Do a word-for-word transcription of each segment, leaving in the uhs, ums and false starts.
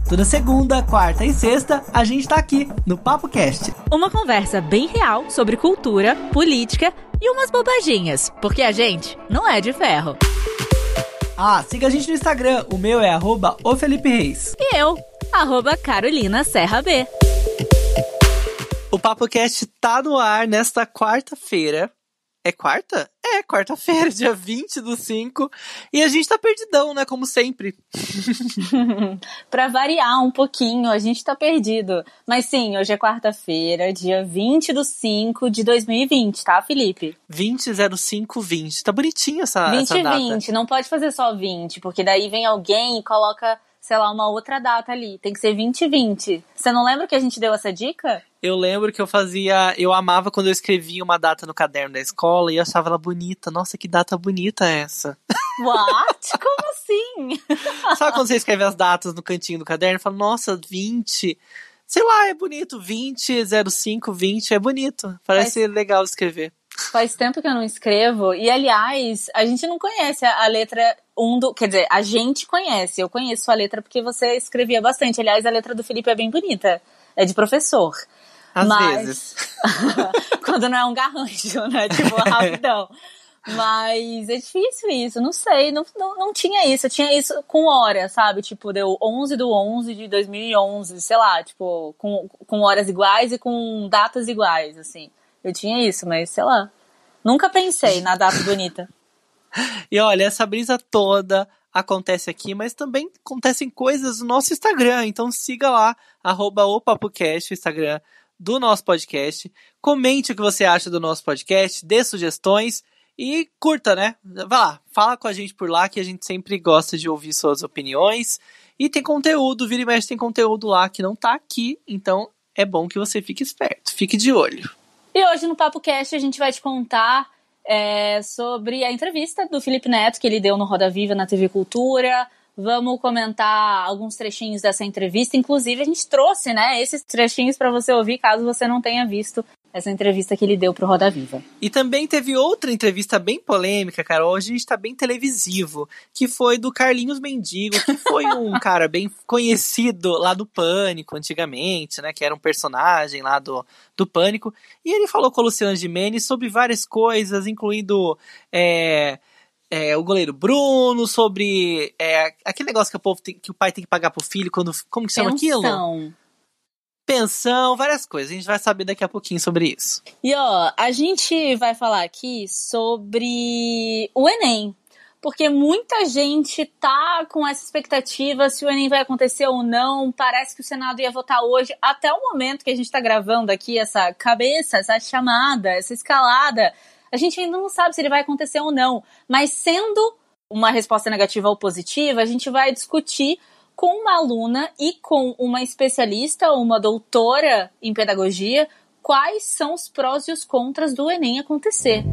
Toda segunda, quarta e sexta, a gente tá aqui no Papo Cast. Uma conversa bem real sobre cultura, política e umas bobaginhas, porque a gente não é de ferro. Ah, siga a gente no Instagram, o meu é arroba o Felipe Reis. E eu, arroba Carolina Serra B. O Papo Cast tá no ar nesta quarta-feira. É quarta? É, quarta-feira, dia vinte do cinco. E a gente tá perdidão, né? Como sempre. Pra variar um pouquinho, a gente tá perdido. Mas sim, hoje é quarta-feira, dia vinte do cinco de dois mil e vinte, tá, Felipe? vinte zero cinco vinte. Tá bonitinho essa, vinte essa data. e vinte, não pode fazer só vinte, porque daí vem alguém e coloca, sei lá, uma outra data ali. Tem que ser vinte e vinte. Você não lembra que a gente deu essa dica? Eu lembro que eu fazia... Eu amava quando eu escrevia uma data no caderno da escola e eu achava ela bonita. Nossa, que data bonita é essa? What? Como assim? Sabe quando você escreve as datas no cantinho do caderno e fala, nossa, vinte... Sei lá, é bonito. vinte, zero cinco, vinte, é bonito. Parece Faz... legal escrever. Faz tempo que eu não escrevo. E, aliás, a gente não conhece a, a letra um do... Quer dizer, a gente conhece. Eu conheço a letra porque você escrevia bastante. Aliás, a letra do Felipe é bem bonita. É de professor. Às Mas... vezes. Quando não é um garrancho, né? Tipo, rapidão. Mas é difícil isso, não sei, não, não, não tinha isso, eu tinha isso com hora, sabe, tipo, deu onze do onze de dois mil e onze, sei lá, tipo, com, com horas iguais e com datas iguais, assim, eu tinha isso, mas sei lá, nunca pensei na data bonita. E olha, essa brisa toda acontece aqui, mas também acontecem coisas no nosso Instagram, então siga lá, arroba o PapoCast, o Instagram do nosso podcast, comente o que você acha do nosso podcast, dê sugestões, e curta, né? Vai lá, fala com a gente por lá, que a gente sempre gosta de ouvir suas opiniões. E tem conteúdo, vira e mexe tem conteúdo lá que não tá aqui. Então é bom que você fique esperto, fique de olho. E hoje no Papo Cast a gente vai te contar é, sobre a entrevista do Felipe Neto que ele deu no Roda Viva na T V Cultura. Vamos comentar alguns trechinhos dessa entrevista. Inclusive a gente trouxe, né, esses trechinhos para você ouvir caso você não tenha visto essa entrevista que ele deu pro Roda Viva. E também teve outra entrevista bem polêmica, cara, hoje a gente tá bem televisivo, que foi do Carlinhos Mendigo, que foi um cara bem conhecido lá do Pânico, antigamente, né, que era um personagem lá do, do Pânico, e ele falou com a Luciana Gimenez sobre várias coisas, incluindo é, é, o goleiro Bruno, sobre é, aquele negócio que o, povo tem, que o pai tem que pagar pro filho, quando, como que chama Pensão. aquilo? Pensão, várias coisas. A gente vai saber daqui a pouquinho sobre isso. E ó, a gente vai falar aqui sobre o Enem. Porque muita gente tá com essa expectativa se o Enem vai acontecer ou não. Parece que o Senado ia votar hoje. Até o momento que a gente tá gravando aqui essa cabeça, essa chamada, essa escalada, a gente ainda não sabe se ele vai acontecer ou não. Mas sendo uma resposta negativa ou positiva, a gente vai discutir com uma aluna e com uma especialista, uma doutora em pedagogia, quais são os prós e os contras do Enem acontecer.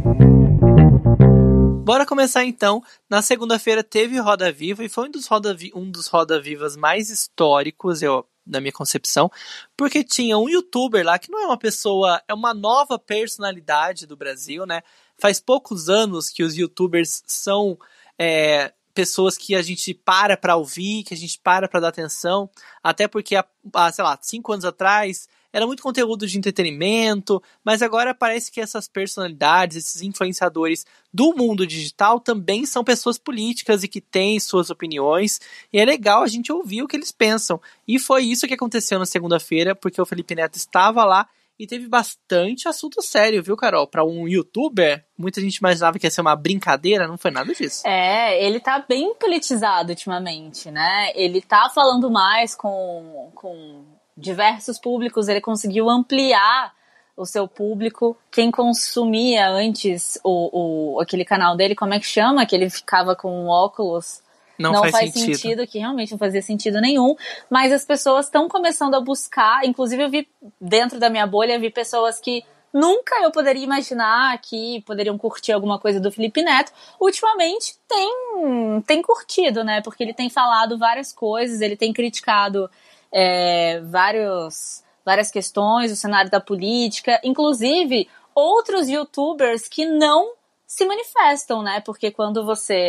Bora começar então. Na segunda-feira teve Roda Viva e foi um dos Roda, um dos Roda Vivas mais históricos, eu, na minha concepção, porque tinha um youtuber lá que não é uma pessoa, é uma nova personalidade do Brasil, né? Faz poucos anos que os youtubers são... É, pessoas que a gente para pra ouvir, que a gente para pra dar atenção, até porque, há, há, sei lá, cinco anos atrás, era muito conteúdo de entretenimento, mas agora parece que essas personalidades, esses influenciadores do mundo digital também são pessoas políticas e que têm suas opiniões, e é legal a gente ouvir o que eles pensam. E foi isso que aconteceu na segunda-feira, porque o Felipe Neto estava lá, e teve bastante assunto sério, viu, Carol? Pra um youtuber, muita gente imaginava que ia ser uma brincadeira, não foi nada disso. É, ele tá bem politizado ultimamente, né? Ele tá falando mais com, com diversos públicos, ele conseguiu ampliar o seu público. Quem consumia antes o, o, aquele canal dele, como é que chama? Que ele ficava com óculos... Não, não faz, faz sentido. sentido, que realmente não fazia sentido nenhum, mas as pessoas estão começando a buscar, inclusive eu vi dentro da minha bolha, vi pessoas que nunca eu poderia imaginar que poderiam curtir alguma coisa do Felipe Neto, ultimamente tem, tem curtido, né, porque ele tem falado várias coisas, ele tem criticado é, vários, várias questões, o cenário da política, inclusive outros youtubers que não se manifestam, né, porque quando você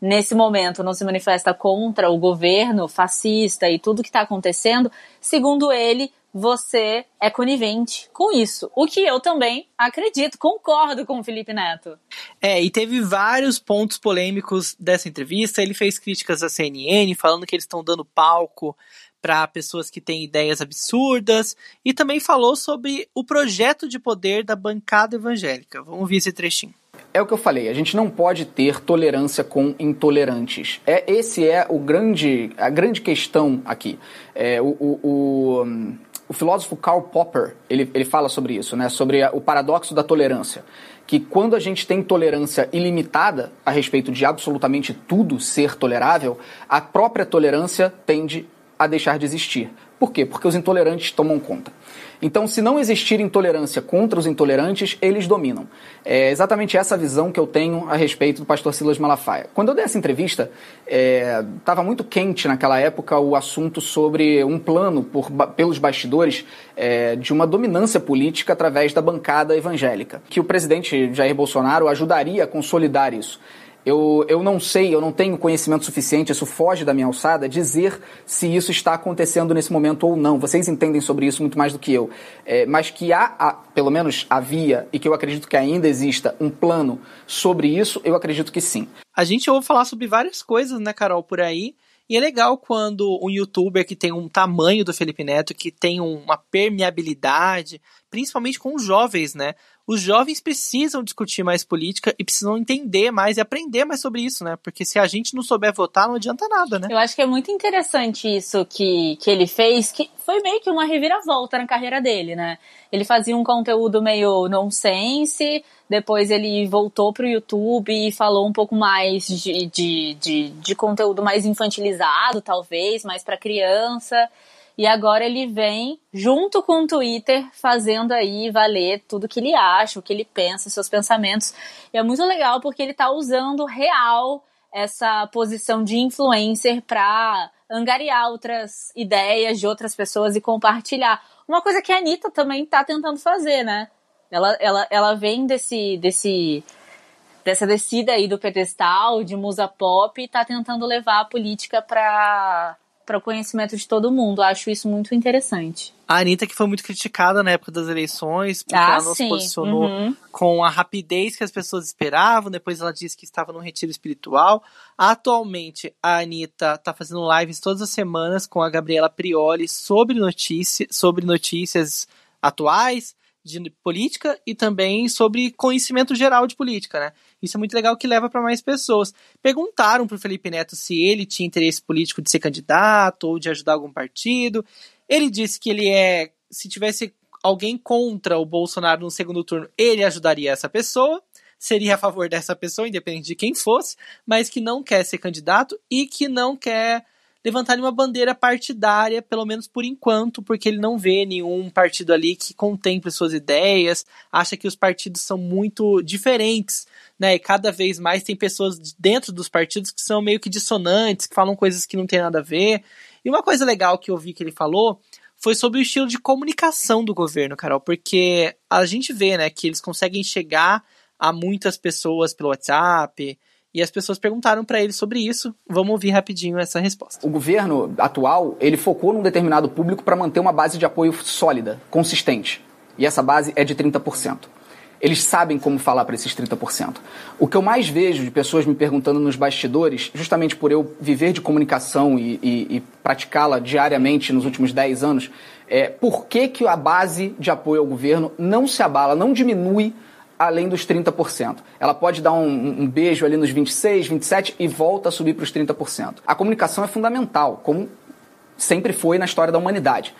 nesse momento não se manifesta contra o governo fascista e tudo que está acontecendo, segundo ele, você é conivente com isso. O que eu também acredito, concordo com o Felipe Neto. É, e teve vários pontos polêmicos dessa entrevista. Ele fez críticas à C N N, falando que eles estão dando palco para pessoas que têm ideias absurdas, e também falou sobre o projeto de poder da bancada evangélica. Vamos ouvir esse trechinho. É o que eu falei, a gente não pode ter tolerância com intolerantes. É, esse é o grande, a grande questão aqui. É, o, o, o, o filósofo Karl Popper, ele, ele fala sobre isso, né, sobre a, o paradoxo da tolerância. Que quando a gente tem tolerância ilimitada a respeito de absolutamente tudo ser tolerável, a própria tolerância tende a deixar de existir. Por quê? Porque os intolerantes tomam conta. Então, se não existir intolerância contra os intolerantes, eles dominam. É exatamente essa visão que eu tenho a respeito do pastor Silas Malafaia. Quando eu dei essa entrevista, estava é, muito quente naquela época o assunto sobre um plano por, pelos bastidores é, de uma dominância política através da bancada evangélica, que o presidente Jair Bolsonaro ajudaria a consolidar isso. Eu, eu não sei, eu não tenho conhecimento suficiente, isso foge da minha alçada, dizer se isso está acontecendo nesse momento ou não. Vocês entendem sobre isso muito mais do que eu. É, mas que há, há, pelo menos havia, e que eu acredito que ainda exista, um plano sobre isso, eu acredito que sim. A gente ouve falar sobre várias coisas, né, Carol, por aí. E é legal quando um youtuber que tem um tamanho do Felipe Neto, que tem uma permeabilidade, principalmente com os jovens, né? Os jovens precisam discutir mais política e precisam entender mais e aprender mais sobre isso, né? Porque se a gente não souber votar, não adianta nada, né? Eu acho que é muito interessante isso que, que ele fez, que foi meio que uma reviravolta na carreira dele, né? Ele fazia um conteúdo meio nonsense, depois ele voltou pro YouTube e falou um pouco mais de, de, de, de conteúdo mais infantilizado, talvez, mais para criança. E agora ele vem, junto com o Twitter, fazendo aí valer tudo que ele acha, o que ele pensa, seus pensamentos. E é muito legal porque ele tá usando real essa posição de influencer para angariar outras ideias de outras pessoas e compartilhar. Uma coisa que a Anitta também tá tentando fazer, né? Ela, ela, ela vem desse, desse, dessa descida aí do pedestal, de musa pop, e tá tentando levar a política para para o conhecimento de todo mundo. Acho isso muito interessante. A Anitta, que foi muito criticada na época das eleições, porque ah, ela não sim. se posicionou uhum. com a rapidez que as pessoas esperavam, depois ela disse que estava num retiro espiritual. Atualmente, a Anitta está fazendo lives todas as semanas com a Gabriela Prioli sobre, notícia, sobre notícias atuais, de política e também sobre conhecimento geral de política, né? Isso é muito legal, que leva para mais pessoas. Perguntaram pro Felipe Neto se ele tinha interesse político de ser candidato ou de ajudar algum partido. Ele disse que ele é, se tivesse alguém contra o Bolsonaro no segundo turno, ele ajudaria essa pessoa, seria a favor dessa pessoa, independente de quem fosse, mas que não quer ser candidato e que não quer levantar uma bandeira partidária, pelo menos por enquanto, porque ele não vê nenhum partido ali que contemple suas ideias, acha que os partidos são muito diferentes, né, e cada vez mais tem pessoas dentro dos partidos que são meio que dissonantes, que falam coisas que não tem nada a ver. E uma coisa legal que eu vi que ele falou foi sobre o estilo de comunicação do governo, Carol, porque a gente vê, né, que eles conseguem chegar a muitas pessoas pelo WhatsApp. E as pessoas perguntaram para ele sobre isso. Vamos ouvir rapidinho essa resposta. O governo atual, ele focou num determinado público para manter uma base de apoio sólida, consistente. E essa base é de trinta por cento. Eles sabem como falar para esses trinta por cento. O que eu mais vejo de pessoas me perguntando nos bastidores, justamente por eu viver de comunicação e, e, e praticá-la diariamente nos últimos dez anos, é por que, que a base de apoio ao governo não se abala, não diminui além dos trinta por cento. Ela pode dar um, um beijo ali nos vinte e seis, vinte e sete e volta a subir para os trinta por cento. A comunicação é fundamental, como sempre foi na história da humanidade.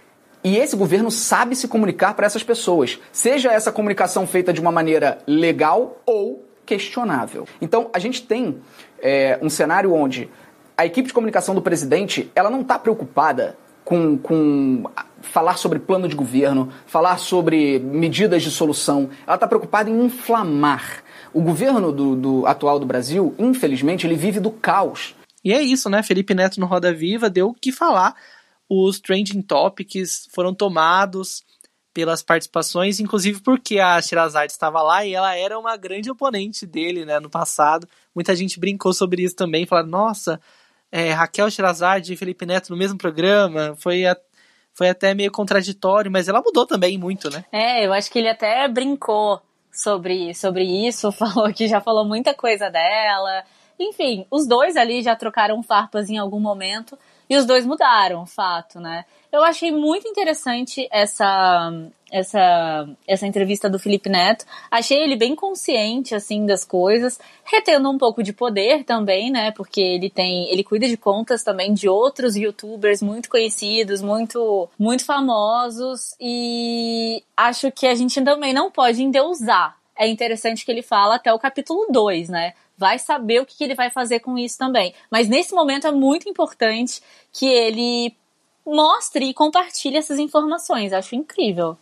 E esse governo sabe se comunicar para essas pessoas, seja essa comunicação feita de uma maneira legal ou questionável. Então, a gente tem é, um cenário onde a equipe de comunicação do presidente, ela não está preocupada com... com falar sobre plano de governo, falar sobre medidas de solução. Ela está preocupada em inflamar. O governo do, do atual do Brasil, infelizmente, ele vive do caos. E é isso, né? Felipe Neto no Roda Viva deu o que falar. Os trending topics foram tomados pelas participações, inclusive porque a Sherazade estava lá e ela era uma grande oponente dele, né, no passado. Muita gente brincou sobre isso também, falando, nossa, é, Raquel Sherazade e Felipe Neto no mesmo programa, foi, a, foi até meio contraditório, mas ela mudou também muito, né? É, eu acho que ele até brincou sobre, sobre isso, falou que já falou muita coisa dela. Enfim, os dois ali já trocaram farpas em algum momento e os dois mudaram, fato, né? Eu achei muito interessante essa, essa, essa entrevista do Felipe Neto. Achei ele bem consciente, assim, das coisas, retendo um pouco de poder também, né? Porque ele tem, ele cuida de contas também de outros youtubers muito conhecidos, muito, muito famosos, e acho que a gente também não pode endeusar. É interessante que ele fala até o capítulo dois, né? Vai saber o que ele vai fazer com isso também. Mas nesse momento é muito importante que ele mostre e compartilhe essas informações. Acho incrível.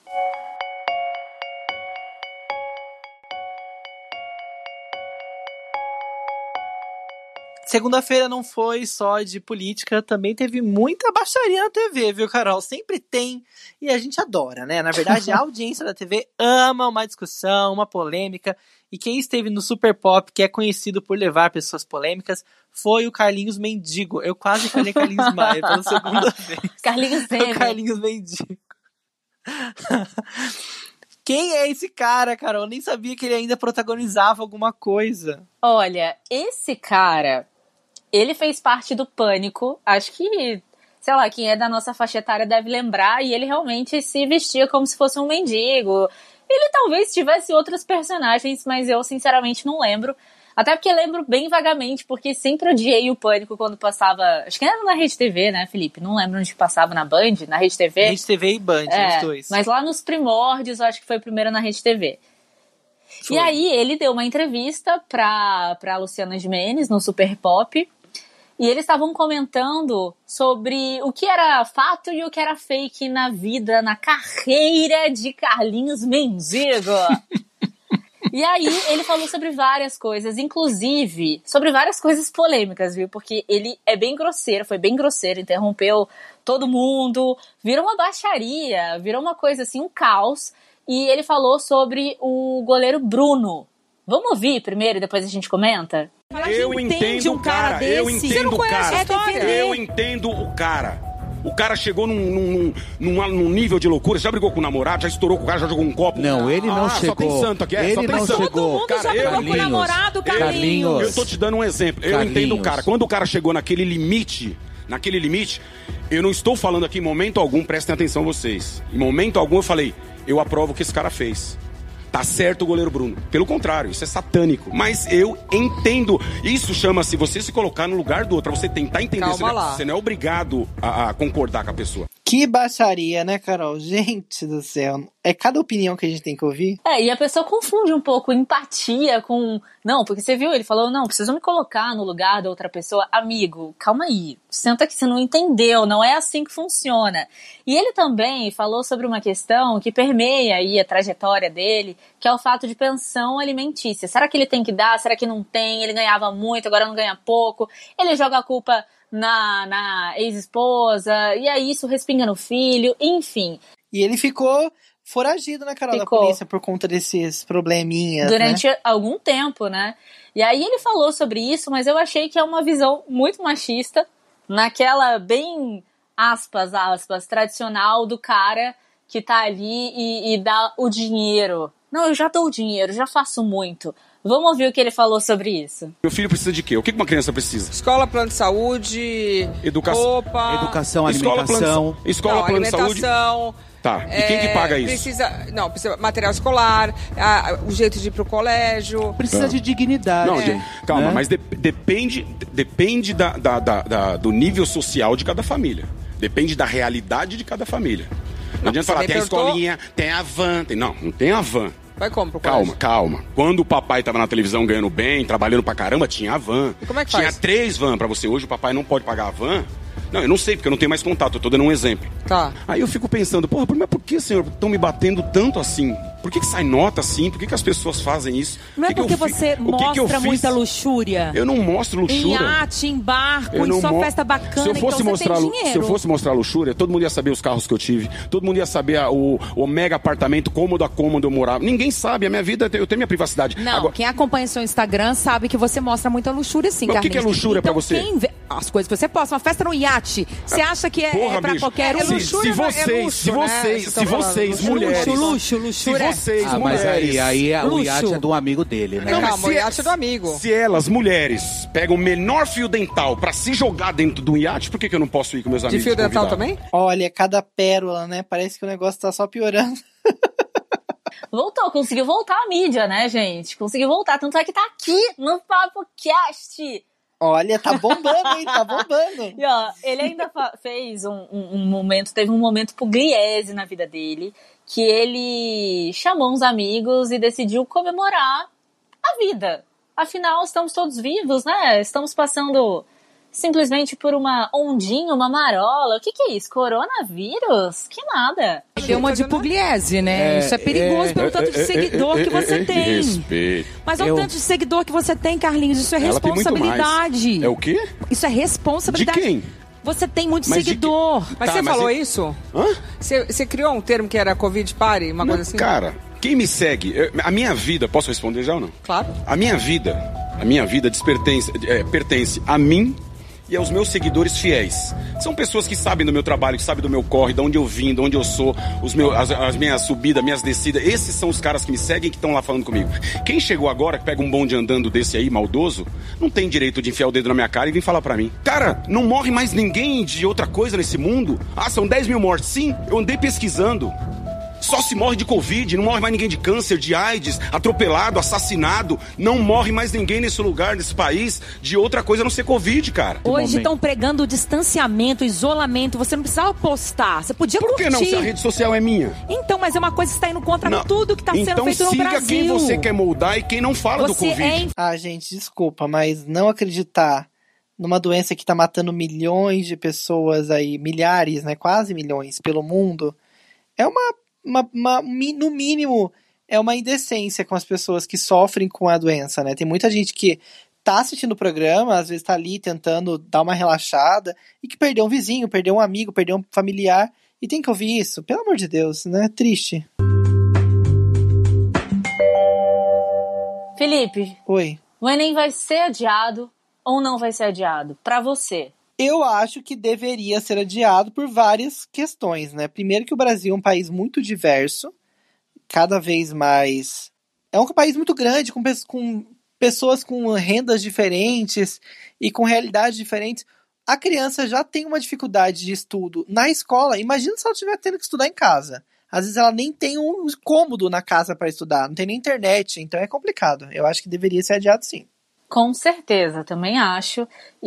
Segunda-feira não foi só de política, também teve muita baixaria na T V, viu, Carol? Sempre tem, e a gente adora, né? Na verdade, a audiência da T V ama uma discussão, uma polêmica, e quem esteve no Super Pop, que é conhecido por levar pessoas polêmicas, foi o Carlinhos Mendigo. Eu quase falei Carlinhos Maia pela segunda vez. Carlinhos Temer. O Carlinhos Mendigo. Quem é esse cara, Carol? Eu nem sabia que ele ainda protagonizava alguma coisa. Olha, esse cara, ele fez parte do Pânico. Acho que, sei lá, quem é da nossa faixa etária deve lembrar. E ele realmente se vestia como se fosse um mendigo. Ele talvez tivesse outros personagens, mas eu sinceramente não lembro. Até porque lembro bem vagamente, porque sempre odiei o Pânico quando passava... Acho que era na Rede T V, né, Felipe? Não lembro onde passava, na Band, na Rede T V. Rede T V e Band, é, os dois. Mas lá nos primórdios, eu acho que foi primeiro na Rede T V. Foi. E aí ele deu uma entrevista pra, pra Luciana Gimenez no Super Pop. E eles estavam comentando sobre o que era fato e o que era fake na vida, na carreira de Carlinhos Mendigo. E aí ele falou sobre várias coisas, inclusive sobre várias coisas polêmicas, viu? Porque ele é bem grosseiro, foi bem grosseiro, interrompeu todo mundo, virou uma baixaria, virou uma coisa assim, um caos. E ele falou sobre o goleiro Bruno. Vamos ouvir primeiro e depois a gente comenta? Eu entendo o cara, cara eu entendo o cara, eu entendo o cara. O cara chegou num, num, num, num nível de loucura, já brigou com o namorado, já estourou com o cara, já jogou um copo. Não, ele não ah, chegou. Só tem santo aqui, é, ele só tem não santo. chegou. Todo mundo cara, já brigou eu, com o namorado, Carlinhos. Eu, eu tô te dando um exemplo. Eu Carlinhos. entendo o cara. Quando o cara chegou naquele limite, naquele limite, eu não estou falando aqui em momento algum, prestem atenção vocês. Em momento algum eu falei, eu aprovo o que esse cara fez. Tá certo o goleiro Bruno. Pelo contrário, isso é satânico. Mas eu entendo. Isso chama-se você se colocar no lugar do outro, pra você tentar entender. Calma você, não, lá. você não é obrigado a, a concordar com a pessoa. Que baixaria, né, Carol? Gente do céu. É cada opinião que a gente tem que ouvir. É, e a pessoa confunde um pouco empatia com... Não, porque você viu, ele falou, não, preciso me colocar no lugar da outra pessoa. Amigo, calma aí. Senta que você não entendeu, não é assim que funciona. E ele também falou sobre uma questão que permeia aí a trajetória dele, que é o fato de pensão alimentícia. Será que ele tem que dar? Será que não tem? Ele ganhava muito, agora não ganha pouco. Ele joga a culpa na, na ex-esposa, e aí isso respinga no filho, enfim. E ele ficou foragido, né, Carol, Ficou. da polícia por conta desses probleminhas, Durante né? algum tempo, né? E aí ele falou sobre isso, mas eu achei que é uma visão muito machista, naquela bem, aspas, aspas, tradicional do cara que tá ali e, e dá o dinheiro. Não, eu já dou o dinheiro, já faço muito. Vamos ouvir o que ele falou sobre isso. Meu filho precisa de quê? O que uma criança precisa? Escola, plano de saúde, Educa... roupa... Educação, Escola, alimentação. plano de... Escola, não, plano alimentação... de saúde. Tá, e quem que paga isso? Precisa, não, precisa material escolar, a, o jeito de ir pro colégio. Precisa Ah. de dignidade. Não, de- calma, né? mas de- depende, depende da, da- da- da- do nível social de cada família. Depende da realidade de cada família. Não, Não, adianta você falar, me tem a perguntou- escolinha, tem a van. Tem... Não, não tem a van. Vai como pro Calma, colégio? calma. Quando o papai tava na televisão ganhando bem, trabalhando pra caramba, tinha a van. E como é que tinha faz? três van pra você. Hoje o papai não pode pagar a van. Não, eu não sei, porque eu não tenho mais contato, eu tô dando um exemplo. Tá. Aí eu fico pensando, porra, mas por que, senhor, estão me batendo tanto assim? Por que, que sai nota assim? Por que, que as pessoas fazem isso? Não que é porque que fi... você mostra que que muita luxúria? Eu não mostro luxúria. Em iate, em barco, eu em só mo... festa bacana, se eu fosse então mostrar, você tem dinheiro. Se eu fosse mostrar luxúria, todo mundo ia saber os carros que eu tive. Todo mundo ia saber a, o, o mega apartamento, cômodo a cômodo eu morava. Ninguém sabe, a minha vida, eu tenho minha privacidade. Não, Agora... quem acompanha seu Instagram sabe que você mostra muita luxúria sim, Mas o que, que é luxúria então, pra você? Quem vê... As coisas que você posta, uma festa no iate, você acha que é, Porra, é pra bicho, qualquer um? se, se vocês, é luxo, se vocês, né? se vocês, mulheres... Luxo, luxo, luxúria. Se vocês, ah, mas mulheres... aí, aí é, o Luxo. iate é do amigo dele, né? Não, mas Calma, o iate é do amigo. Se elas, mulheres, pegam o menor fio dental pra se jogar dentro do iate, por que, que eu não posso ir com meus De amigos? fio dental convidados? também? Olha, cada pérola, né? Parece que o negócio tá só piorando. Voltou, conseguiu voltar a mídia, né, gente? Conseguiu voltar, tanto é que tá aqui no PapoCast. Olha, tá bombando, hein? Tá bombando. E ó, ele ainda fez um, um, um momento, teve um momento pugliese na vida dele, que ele chamou uns amigos e decidiu comemorar a vida. Afinal, estamos todos vivos, né? Estamos passando simplesmente por uma ondinha, uma marola. O que que é isso? Coronavírus? Que nada. Deu uma de pugliese, né? É, Isso é perigoso é, pelo tanto de seguidor que você tem. Respeito. Mas olha Eu- o tanto de seguidor que você tem, Carlinhos. Isso é Ela tem muito responsabilidade. mais. É o quê? Isso é responsabilidade. De quem? Você tem muito Mas de seguidor. Mas Tá, você mas falou e- isso? Hã? Você, você criou um termo que era Covid Party? Uma Não, coisa assim? cara, quem me segue, eu- a minha vida, posso responder já ou não? Claro. A minha vida, a minha vida despertence, é, pertence a mim e aos meus seguidores fiéis. São pessoas que sabem do meu trabalho, que sabem do meu corre, de onde eu vim, de onde eu sou, os meus, as, as minhas subidas, minhas descidas. Esses são os caras que me seguem, que estão lá falando comigo. Quem chegou agora, que pega um bonde andando desse aí, maldoso, não tem direito de enfiar o dedo na minha cara e vir falar pra mim. Cara, não morre mais ninguém de outra coisa nesse mundo? Ah, são dez mil mortes. Sim, eu andei pesquisando. Só se morre de Covid, não morre mais ninguém de câncer, de AIDS, atropelado, assassinado. Não morre mais ninguém nesse lugar, nesse país, de outra coisa a não ser Covid, cara. Hoje estão pregando o distanciamento, isolamento. Você não precisava postar. Você podia Por curtir. que não, se a rede social é minha? Então, mas é uma coisa que está indo contra Não. tudo que está sendo Então feito no siga Brasil. quem você quer moldar e quem não fala do Você Covid. é Ah, gente, desculpa, mas não acreditar numa doença que tá matando milhões de pessoas aí, milhares, né, quase milhões pelo mundo, é uma, uma, uma mi- no mínimo, é uma indecência com as pessoas que sofrem com a doença, né? Tem muita gente que tá assistindo o programa, às vezes tá ali tentando dar uma relaxada e que perdeu um vizinho, perdeu um amigo, perdeu um familiar e tem que ouvir isso, pelo amor de Deus, né? Triste. Felipe, Oi. o Enem vai ser adiado ou não vai ser adiado? Pra você. Eu acho que deveria ser adiado por várias questões, né? Primeiro que o Brasil é um país muito diverso, cada vez mais... É um país muito grande, com, pe- com pessoas com rendas diferentes e com realidades diferentes. A criança já tem uma dificuldade de estudo na escola. Imagina se ela estiver tendo que estudar em casa. Às vezes ela nem tem um cômodo na casa para estudar, não tem nem internet, então é complicado. Eu acho que deveria ser adiado sim. Com certeza, também acho.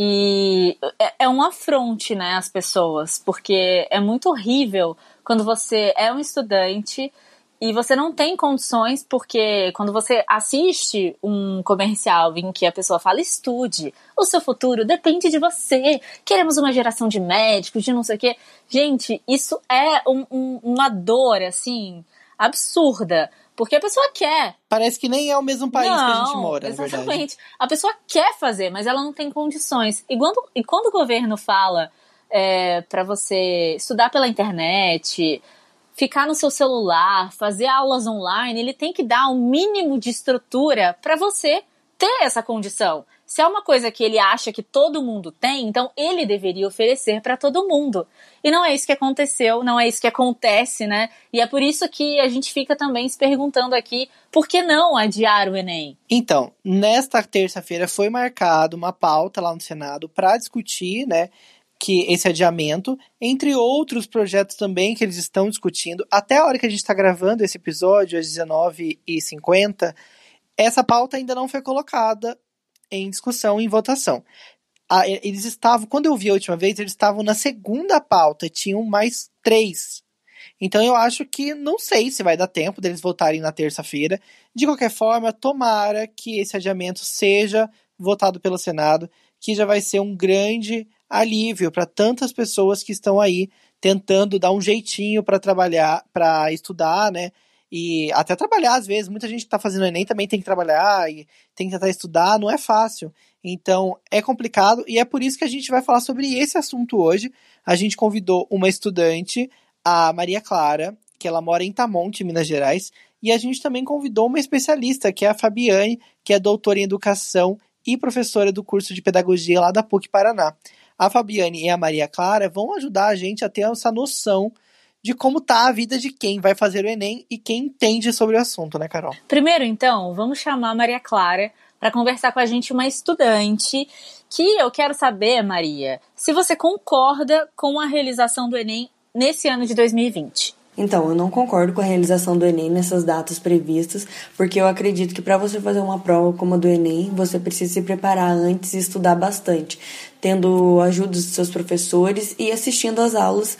E é, é um afronte, né, às pessoas, porque é muito horrível quando você é um estudante e você não tem condições, porque quando você assiste um comercial em que a pessoa fala, estude, o seu futuro depende de você, queremos uma geração de médicos, de não sei o quê. Gente, isso é um, um, uma dor, assim, absurda. Porque a pessoa quer. Parece que nem é o mesmo país não, que a gente mora, na verdade. Exatamente. A pessoa quer fazer, mas ela não tem condições. E quando, e quando o governo fala é, para você estudar pela internet, ficar no seu celular, fazer aulas online, ele tem que dar um mínimo de estrutura para você ter essa condição. Se é uma coisa que ele acha que todo mundo tem, então ele deveria oferecer para todo mundo. E não é isso que aconteceu, não é isso que acontece, né? E é por isso que a gente fica também se perguntando aqui, por que não adiar o Enem? Então, nesta terça-feira foi marcada uma pauta lá no Senado para discutir, né, que esse adiamento, entre outros projetos também que eles estão discutindo. Até a hora que a gente está gravando esse episódio, às dezenove e cinquenta, essa pauta ainda não foi colocada em discussão, em votação. Ah, eles estavam, quando eu vi a última vez, eles estavam na segunda pauta, tinham mais três. Então eu acho que, não sei se vai dar tempo deles votarem na terça-feira. De qualquer forma, tomara que esse adiamento seja votado pelo Senado, que já vai ser um grande alívio para tantas pessoas que estão aí tentando dar um jeitinho para trabalhar, para estudar, né? e até trabalhar às vezes. Muita gente que está fazendo o Enem também tem que trabalhar e tem que tentar estudar, não é fácil. Então é complicado e é por isso que a gente vai falar sobre esse assunto hoje. A gente convidou uma estudante, a Maria Clara, que ela mora em Tamonte, Minas Gerais, e a gente também convidou uma especialista, que é a Fabiane, que é doutora em educação e professora do curso de pedagogia lá da P U C Paraná. A Fabiane e a Maria Clara vão ajudar a gente a ter essa noção de como tá a vida de quem vai fazer o Enem e quem entende sobre o assunto, né, Carol? Primeiro, então, vamos chamar a Maria Clara para conversar com a gente, uma estudante, que eu quero saber, Maria, se você concorda com a realização do Enem nesse ano de dois mil e vinte. Então, eu não concordo com a realização do Enem nessas datas previstas, porque eu acredito que para você fazer uma prova como a do Enem, você precisa se preparar antes e estudar bastante, tendo a ajuda dos seus professores e assistindo às aulas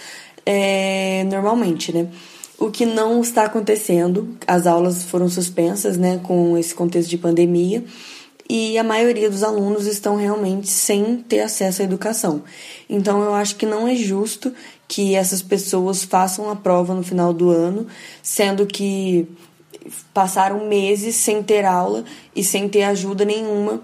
é, normalmente, né? O que não está acontecendo, as aulas foram suspensas, né, com esse contexto de pandemia, e a maioria dos alunos estão realmente sem ter acesso à educação. Então, eu acho que não é justo que essas pessoas façam a prova no final do ano, sendo que passaram meses sem ter aula e sem ter ajuda nenhuma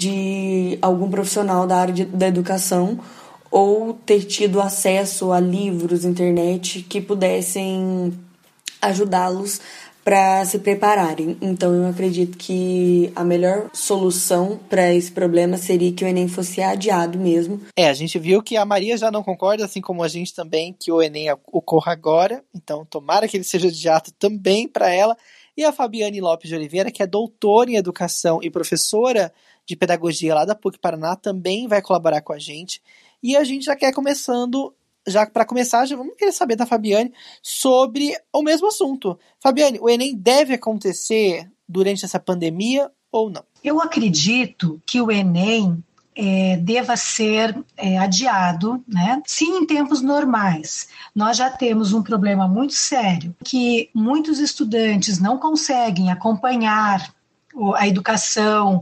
de algum profissional da área de, da educação, ou ter tido acesso a livros, internet, que pudessem ajudá-los para se prepararem. Então, eu acredito que a melhor solução para esse problema seria que o Enem fosse adiado mesmo. É, a gente viu que a Maria já não concorda, assim como a gente também, que o Enem ocorra agora. Então, tomara que ele seja adiado também para ela. E a Fabiane Lopes de Oliveira, que é doutora em educação e professora de pedagogia lá da P U C Paraná, também vai colaborar com a gente. E a gente já quer começando... Já para começar, já vamos querer saber da Fabiane sobre o mesmo assunto. Fabiane, o Enem deve acontecer durante essa pandemia ou não? Eu acredito que o Enem é, deva ser é, adiado, né? Sim, em tempos normais. Nós já temos um problema muito sério, que muitos estudantes não conseguem acompanhar a educação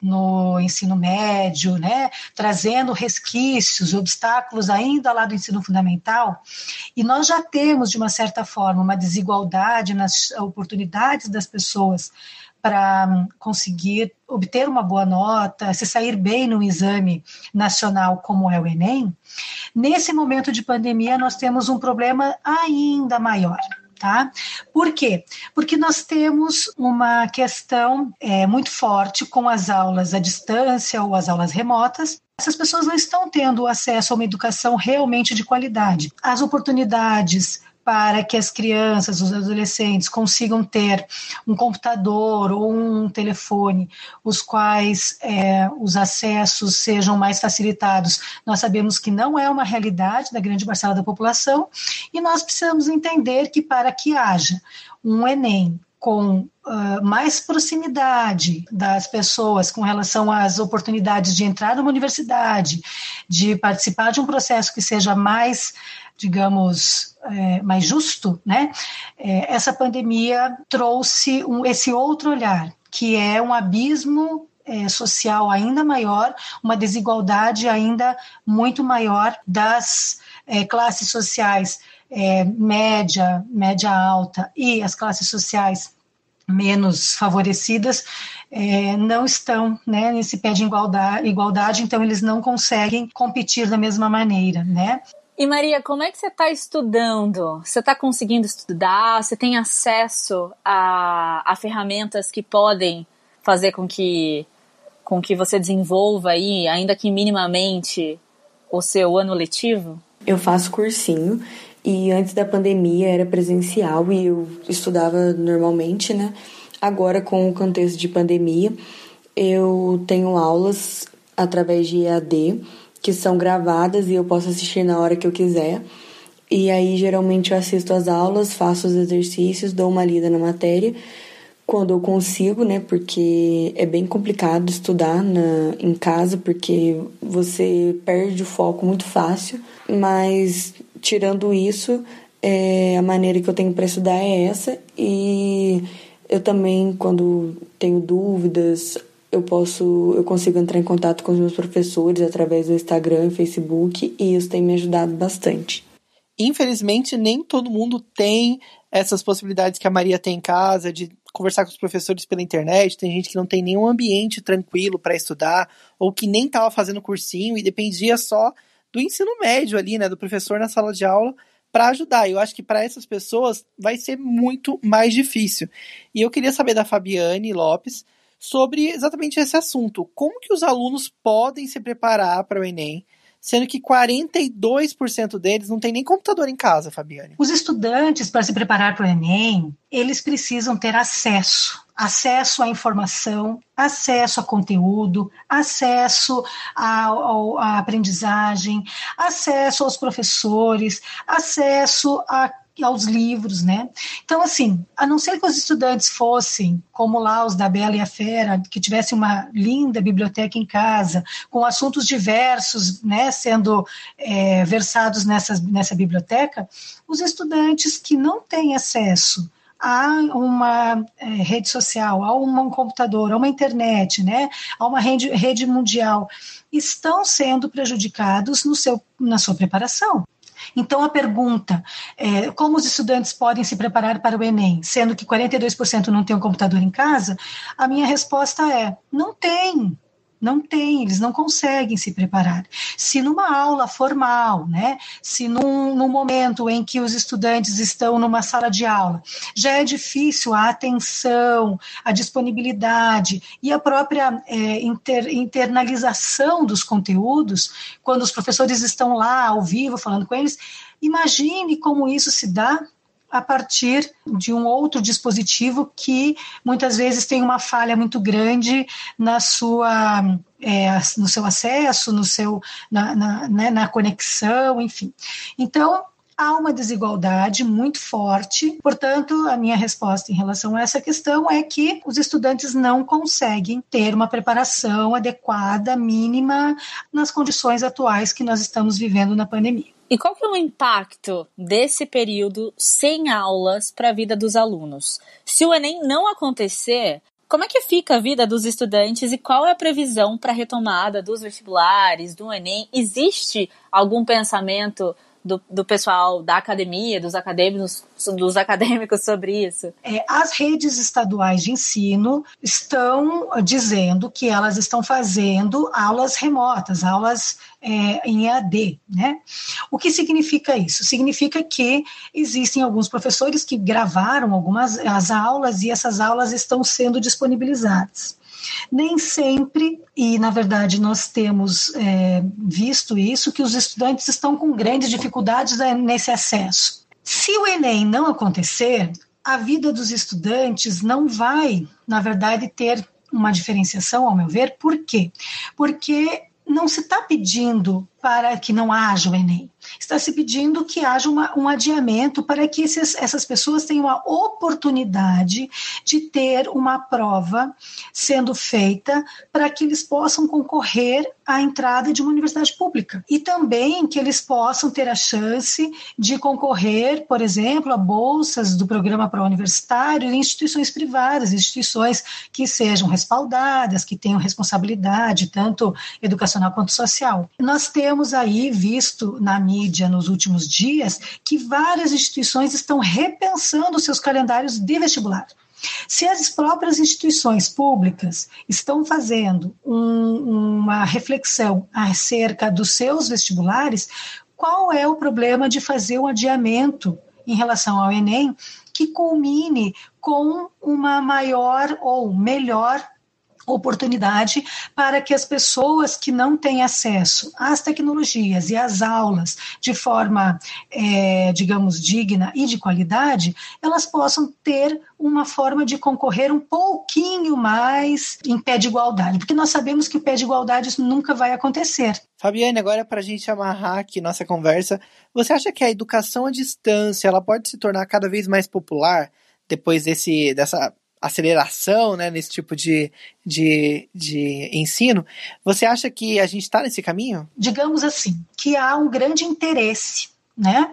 no ensino médio, né, trazendo resquícios, obstáculos ainda lá do ensino fundamental, e nós já temos, de uma certa forma, uma desigualdade nas oportunidades das pessoas para conseguir obter uma boa nota, se sair bem no exame nacional como é o Enem. Nesse momento de pandemia, nós temos um problema ainda maior. Tá? Por quê? Porque nós temos uma questão é, muito forte com as aulas à distância ou as aulas remotas. Essas pessoas não estão tendo acesso a uma educação realmente de qualidade. As oportunidades para que as crianças, os adolescentes consigam ter um computador ou um telefone, os quais é, os acessos sejam mais facilitados. Nós sabemos que não é uma realidade da grande parcela da população e nós precisamos entender que para que haja um Enem com uh, mais proximidade das pessoas com relação às oportunidades de entrar numa universidade, de participar de um processo que seja mais, digamos, é, mais justo, né? É, essa pandemia trouxe um, esse outro olhar, que é um abismo é, social ainda maior, uma desigualdade ainda muito maior das é, classes sociais é, média, média alta e as classes sociais menos favorecidas é, não estão, né, nesse pé de igualdade, igualdade, então eles não conseguem competir da mesma maneira, né? E Maria, como é que você está estudando? Você está conseguindo estudar? Você tem acesso a, a ferramentas que podem fazer com que, com que você desenvolva aí, ainda que minimamente, o seu ano letivo? Eu faço cursinho e antes da pandemia era presencial e eu estudava normalmente, né? Agora, com o contexto de pandemia, eu tenho aulas através de E A D, que são gravadas e eu posso assistir na hora que eu quiser. E aí, geralmente, eu assisto às aulas, faço os exercícios, dou uma lida na matéria, quando eu consigo, né? Porque é bem complicado estudar na, em casa, porque você perde o foco muito fácil. Mas, tirando isso, é, a maneira que eu tenho para estudar é essa. E eu também, quando tenho dúvidas, eu posso, eu consigo entrar em contato com os meus professores através do Instagram e Facebook, e isso tem me ajudado bastante. Infelizmente, nem todo mundo tem essas possibilidades que a Maria tem em casa, de conversar com os professores pela internet. Tem gente que não tem nenhum ambiente tranquilo para estudar, ou que nem estava fazendo cursinho e dependia só do ensino médio ali, né, do professor na sala de aula para ajudar. Eu acho que para essas pessoas vai ser muito mais difícil. E eu queria saber da Fabiane Lopes sobre exatamente esse assunto. Como que os alunos podem se preparar para o Enem, sendo que quarenta e dois por cento deles não tem nem computador em casa, Fabiane? Os estudantes, para se preparar para o Enem, eles precisam ter acesso. Acesso à informação, acesso a conteúdo, acesso à, à aprendizagem, acesso aos professores, acesso a aos livros, né? Então, assim, a não ser que os estudantes fossem, como lá os da Bela e a Fera, que tivessem uma linda biblioteca em casa, com assuntos diversos, né, sendo é, versados nessa, nessa biblioteca, os estudantes que não têm acesso a uma é, rede social, a um computador, a uma internet, né, a uma rede, rede mundial, estão sendo prejudicados no seu, na sua preparação. Então, a pergunta, é, como os estudantes podem se preparar para o Enem, sendo que quarenta e dois por cento não tem um computador em casa, a minha resposta é, não tem. Não tem, eles não conseguem se preparar. Se numa aula formal, né, se num, num momento em que os estudantes estão numa sala de aula, já é difícil a atenção, a disponibilidade e a própria é, inter, internalização dos conteúdos, quando os professores estão lá ao vivo falando com eles, imagine como isso se dá a partir de um outro dispositivo que muitas vezes tem uma falha muito grande na sua, é, no seu acesso, no seu, na, na, né, na conexão, enfim. Então, há uma desigualdade muito forte, portanto, a minha resposta em relação a essa questão é que os estudantes não conseguem ter uma preparação adequada, mínima, nas condições atuais que nós estamos vivendo na pandemia. E qual que é o impacto desse período sem aulas para a vida dos alunos? Se o Enem não acontecer, como é que fica a vida dos estudantes e qual é a previsão para a retomada dos vestibulares, do Enem? Existe algum pensamento do, do pessoal da academia, dos acadêmicos, dos acadêmicos sobre isso? É, as redes estaduais de ensino estão dizendo que elas estão fazendo aulas remotas, aulas é, em E A D, né? O que significa isso? Significa que existem alguns professores que gravaram algumas as aulas e essas aulas estão sendo disponibilizadas. Nem sempre, e na verdade nós temos é, visto isso, que os estudantes estão com grandes dificuldades nesse acesso. Se o Enem não acontecer, a vida dos estudantes não vai, na verdade, ter uma diferenciação, ao meu ver. Por quê? Porque não se está pedindo para que não haja o Enem. Está se pedindo que haja uma, um adiamento para que esses, essas pessoas tenham a oportunidade de ter uma prova sendo feita para que eles possam concorrer à entrada de uma universidade pública. E também que eles possam ter a chance de concorrer, por exemplo, a bolsas do programa pró-universitário em instituições privadas, instituições que sejam respaldadas, que tenham responsabilidade, tanto educacional quanto social. Nós temos Temos aí visto na mídia nos últimos dias que várias instituições estão repensando seus calendários de vestibular. Se as próprias instituições públicas estão fazendo um, uma reflexão acerca dos seus vestibulares, qual é o problema de fazer um adiamento em relação ao Enem que culmine com uma maior ou melhor oportunidade para que as pessoas que não têm acesso às tecnologias e às aulas de forma, é, digamos, digna e de qualidade, elas possam ter uma forma de concorrer um pouquinho mais em pé de igualdade, porque nós sabemos que o pé de igualdade isso nunca vai acontecer. Fabiane, agora para a gente amarrar aqui nossa conversa, você acha que a educação à distância ela pode se tornar cada vez mais popular depois desse, dessa aceleração, né, nesse tipo de, de, de ensino? Você acha que a gente está nesse caminho? Digamos assim, que há um grande interesse, né,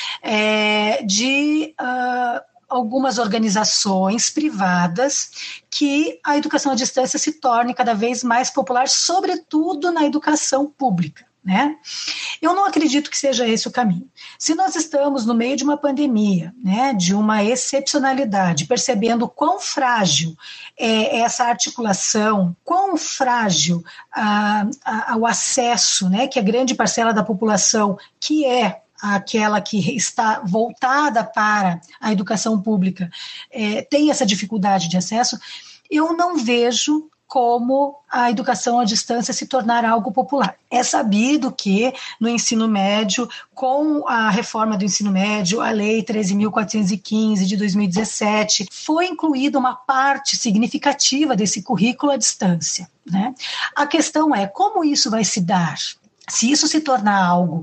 é, de uh, algumas organizações privadas que a educação à distância se torne cada vez mais popular, sobretudo na educação pública. né? Eu não acredito que seja esse o caminho. Se nós estamos no meio de uma pandemia, né, de uma excepcionalidade, percebendo quão frágil é essa articulação, quão frágil ah, ah, o acesso, né, que a grande parcela da população, que é aquela que está voltada para a educação pública, é, tem essa dificuldade de acesso, eu não vejo como a educação à distância se tornar algo popular. É sabido que no ensino médio, com a reforma do ensino médio, a Lei treze mil quatrocentos e quinze de dois mil e dezessete, foi incluída uma parte significativa desse currículo à distância, né? A questão é como isso vai se dar. Se isso se tornar algo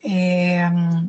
é,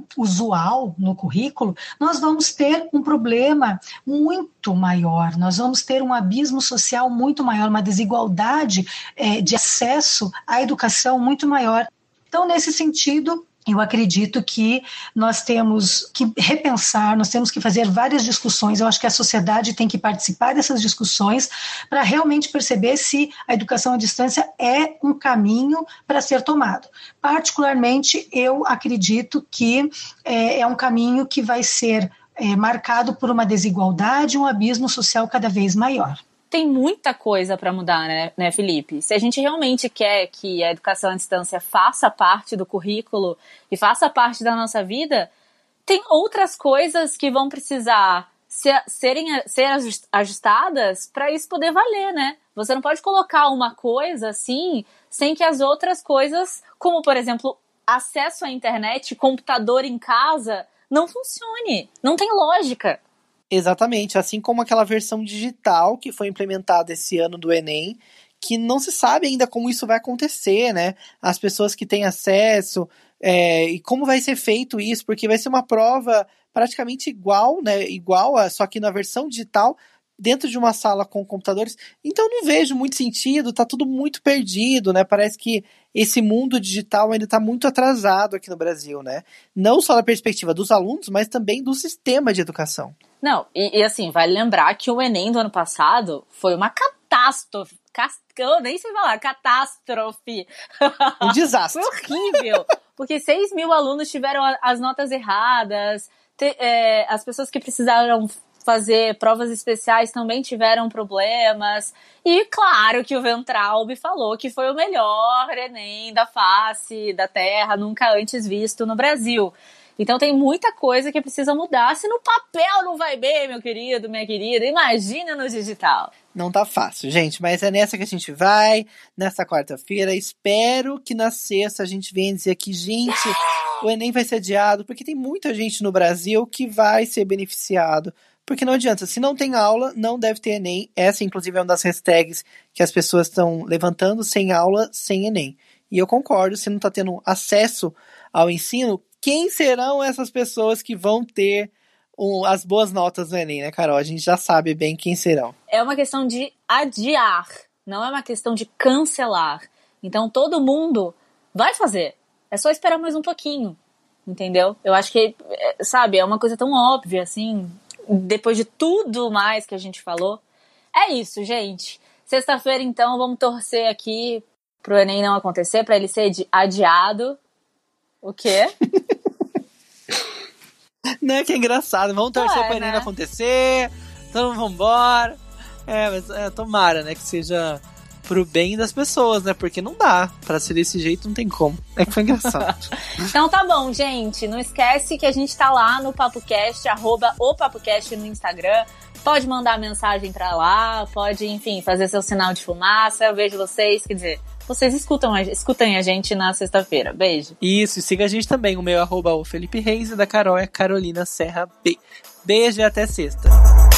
usual no currículo, nós vamos ter um problema muito maior, nós vamos ter um abismo social muito maior, uma desigualdade é, de acesso à educação muito maior. Então, nesse sentido, eu acredito que nós temos que repensar, nós temos que fazer várias discussões. Eu acho que a sociedade tem que participar dessas discussões para realmente perceber se a educação à distância é um caminho para ser tomado. Particularmente, eu acredito que é, é um caminho que vai ser é, marcado por uma desigualdade, um abismo social cada vez maior. Tem muita coisa para mudar, né, né, Felipe? Se a gente realmente quer que a educação à distância faça parte do currículo e faça parte da nossa vida, tem outras coisas que vão precisar ser, serem ser ajustadas para isso poder valer, né? Você não pode colocar uma coisa assim sem que as outras coisas, como, por exemplo, acesso à internet, computador em casa, não funcione. Não tem lógica. Exatamente, assim como aquela versão digital que foi implementada esse ano do Enem, que não se sabe ainda como isso vai acontecer, né? As pessoas que têm acesso, é, e como vai ser feito isso, porque vai ser uma prova praticamente igual, né? Igual, a, só que na versão digital, dentro de uma sala com computadores. Então não vejo muito sentido, tá tudo muito perdido, né? Parece que esse mundo digital ainda está muito atrasado aqui no Brasil, né? Não só da perspectiva dos alunos, mas também do sistema de educação. Não, e, e assim, vale lembrar que o Enem do ano passado foi uma catástrofe. Eu nem sei falar, catástrofe. Um desastre. Foi horrível, porque seis mil alunos tiveram as notas erradas, te, é, as pessoas que precisaram fazer provas especiais também tiveram problemas, e claro que o Ventralbe falou que foi o melhor Enem da face da terra, nunca antes visto no Brasil. Então tem muita coisa que precisa mudar. Se no papel não vai bem, meu querido, minha querida, imagina no digital. Não tá fácil, gente, mas é nessa que a gente vai, nessa quarta-feira. Espero que na sexta a gente venha dizer que, gente, o Enem vai ser adiado, porque tem muita gente no Brasil que vai ser beneficiado. Porque não adianta, se não tem aula, não deve ter Enem. Essa, inclusive, é uma das hashtags que as pessoas estão levantando, sem aula, sem Enem. E eu concordo, se não tá tendo acesso ao ensino, quem serão essas pessoas que vão ter um, as boas notas no Enem, né, Carol? A gente já sabe bem quem serão. É uma questão de adiar, não é uma questão de cancelar. Então todo mundo vai fazer. É só esperar mais um pouquinho, entendeu? Eu acho que, sabe, é uma coisa tão óbvia, assim, depois de tudo mais que a gente falou. É isso, gente. Sexta-feira, então, vamos torcer aqui pro Enem não acontecer, para ele ser adiado. O quê? Não é que é engraçado, vamos torcer é, pro Enem né? não acontecer, então vamos embora. É, mas é, tomara, né, que seja pro bem das pessoas, né, porque não dá, pra ser desse jeito não tem como. É que foi engraçado. Então tá bom, gente, não esquece que a gente tá lá no PapoCast, arroba o PapoCast no Instagram. Pode mandar mensagem pra lá, pode, enfim, fazer seu sinal de fumaça, eu vejo vocês, quer dizer... Vocês escutam, escutem a gente na sexta-feira. Beijo. Isso, e siga a gente também. O meu é arroba o Felipe Reis e da Carol é Carolina Serra B. Beijo e até sexta.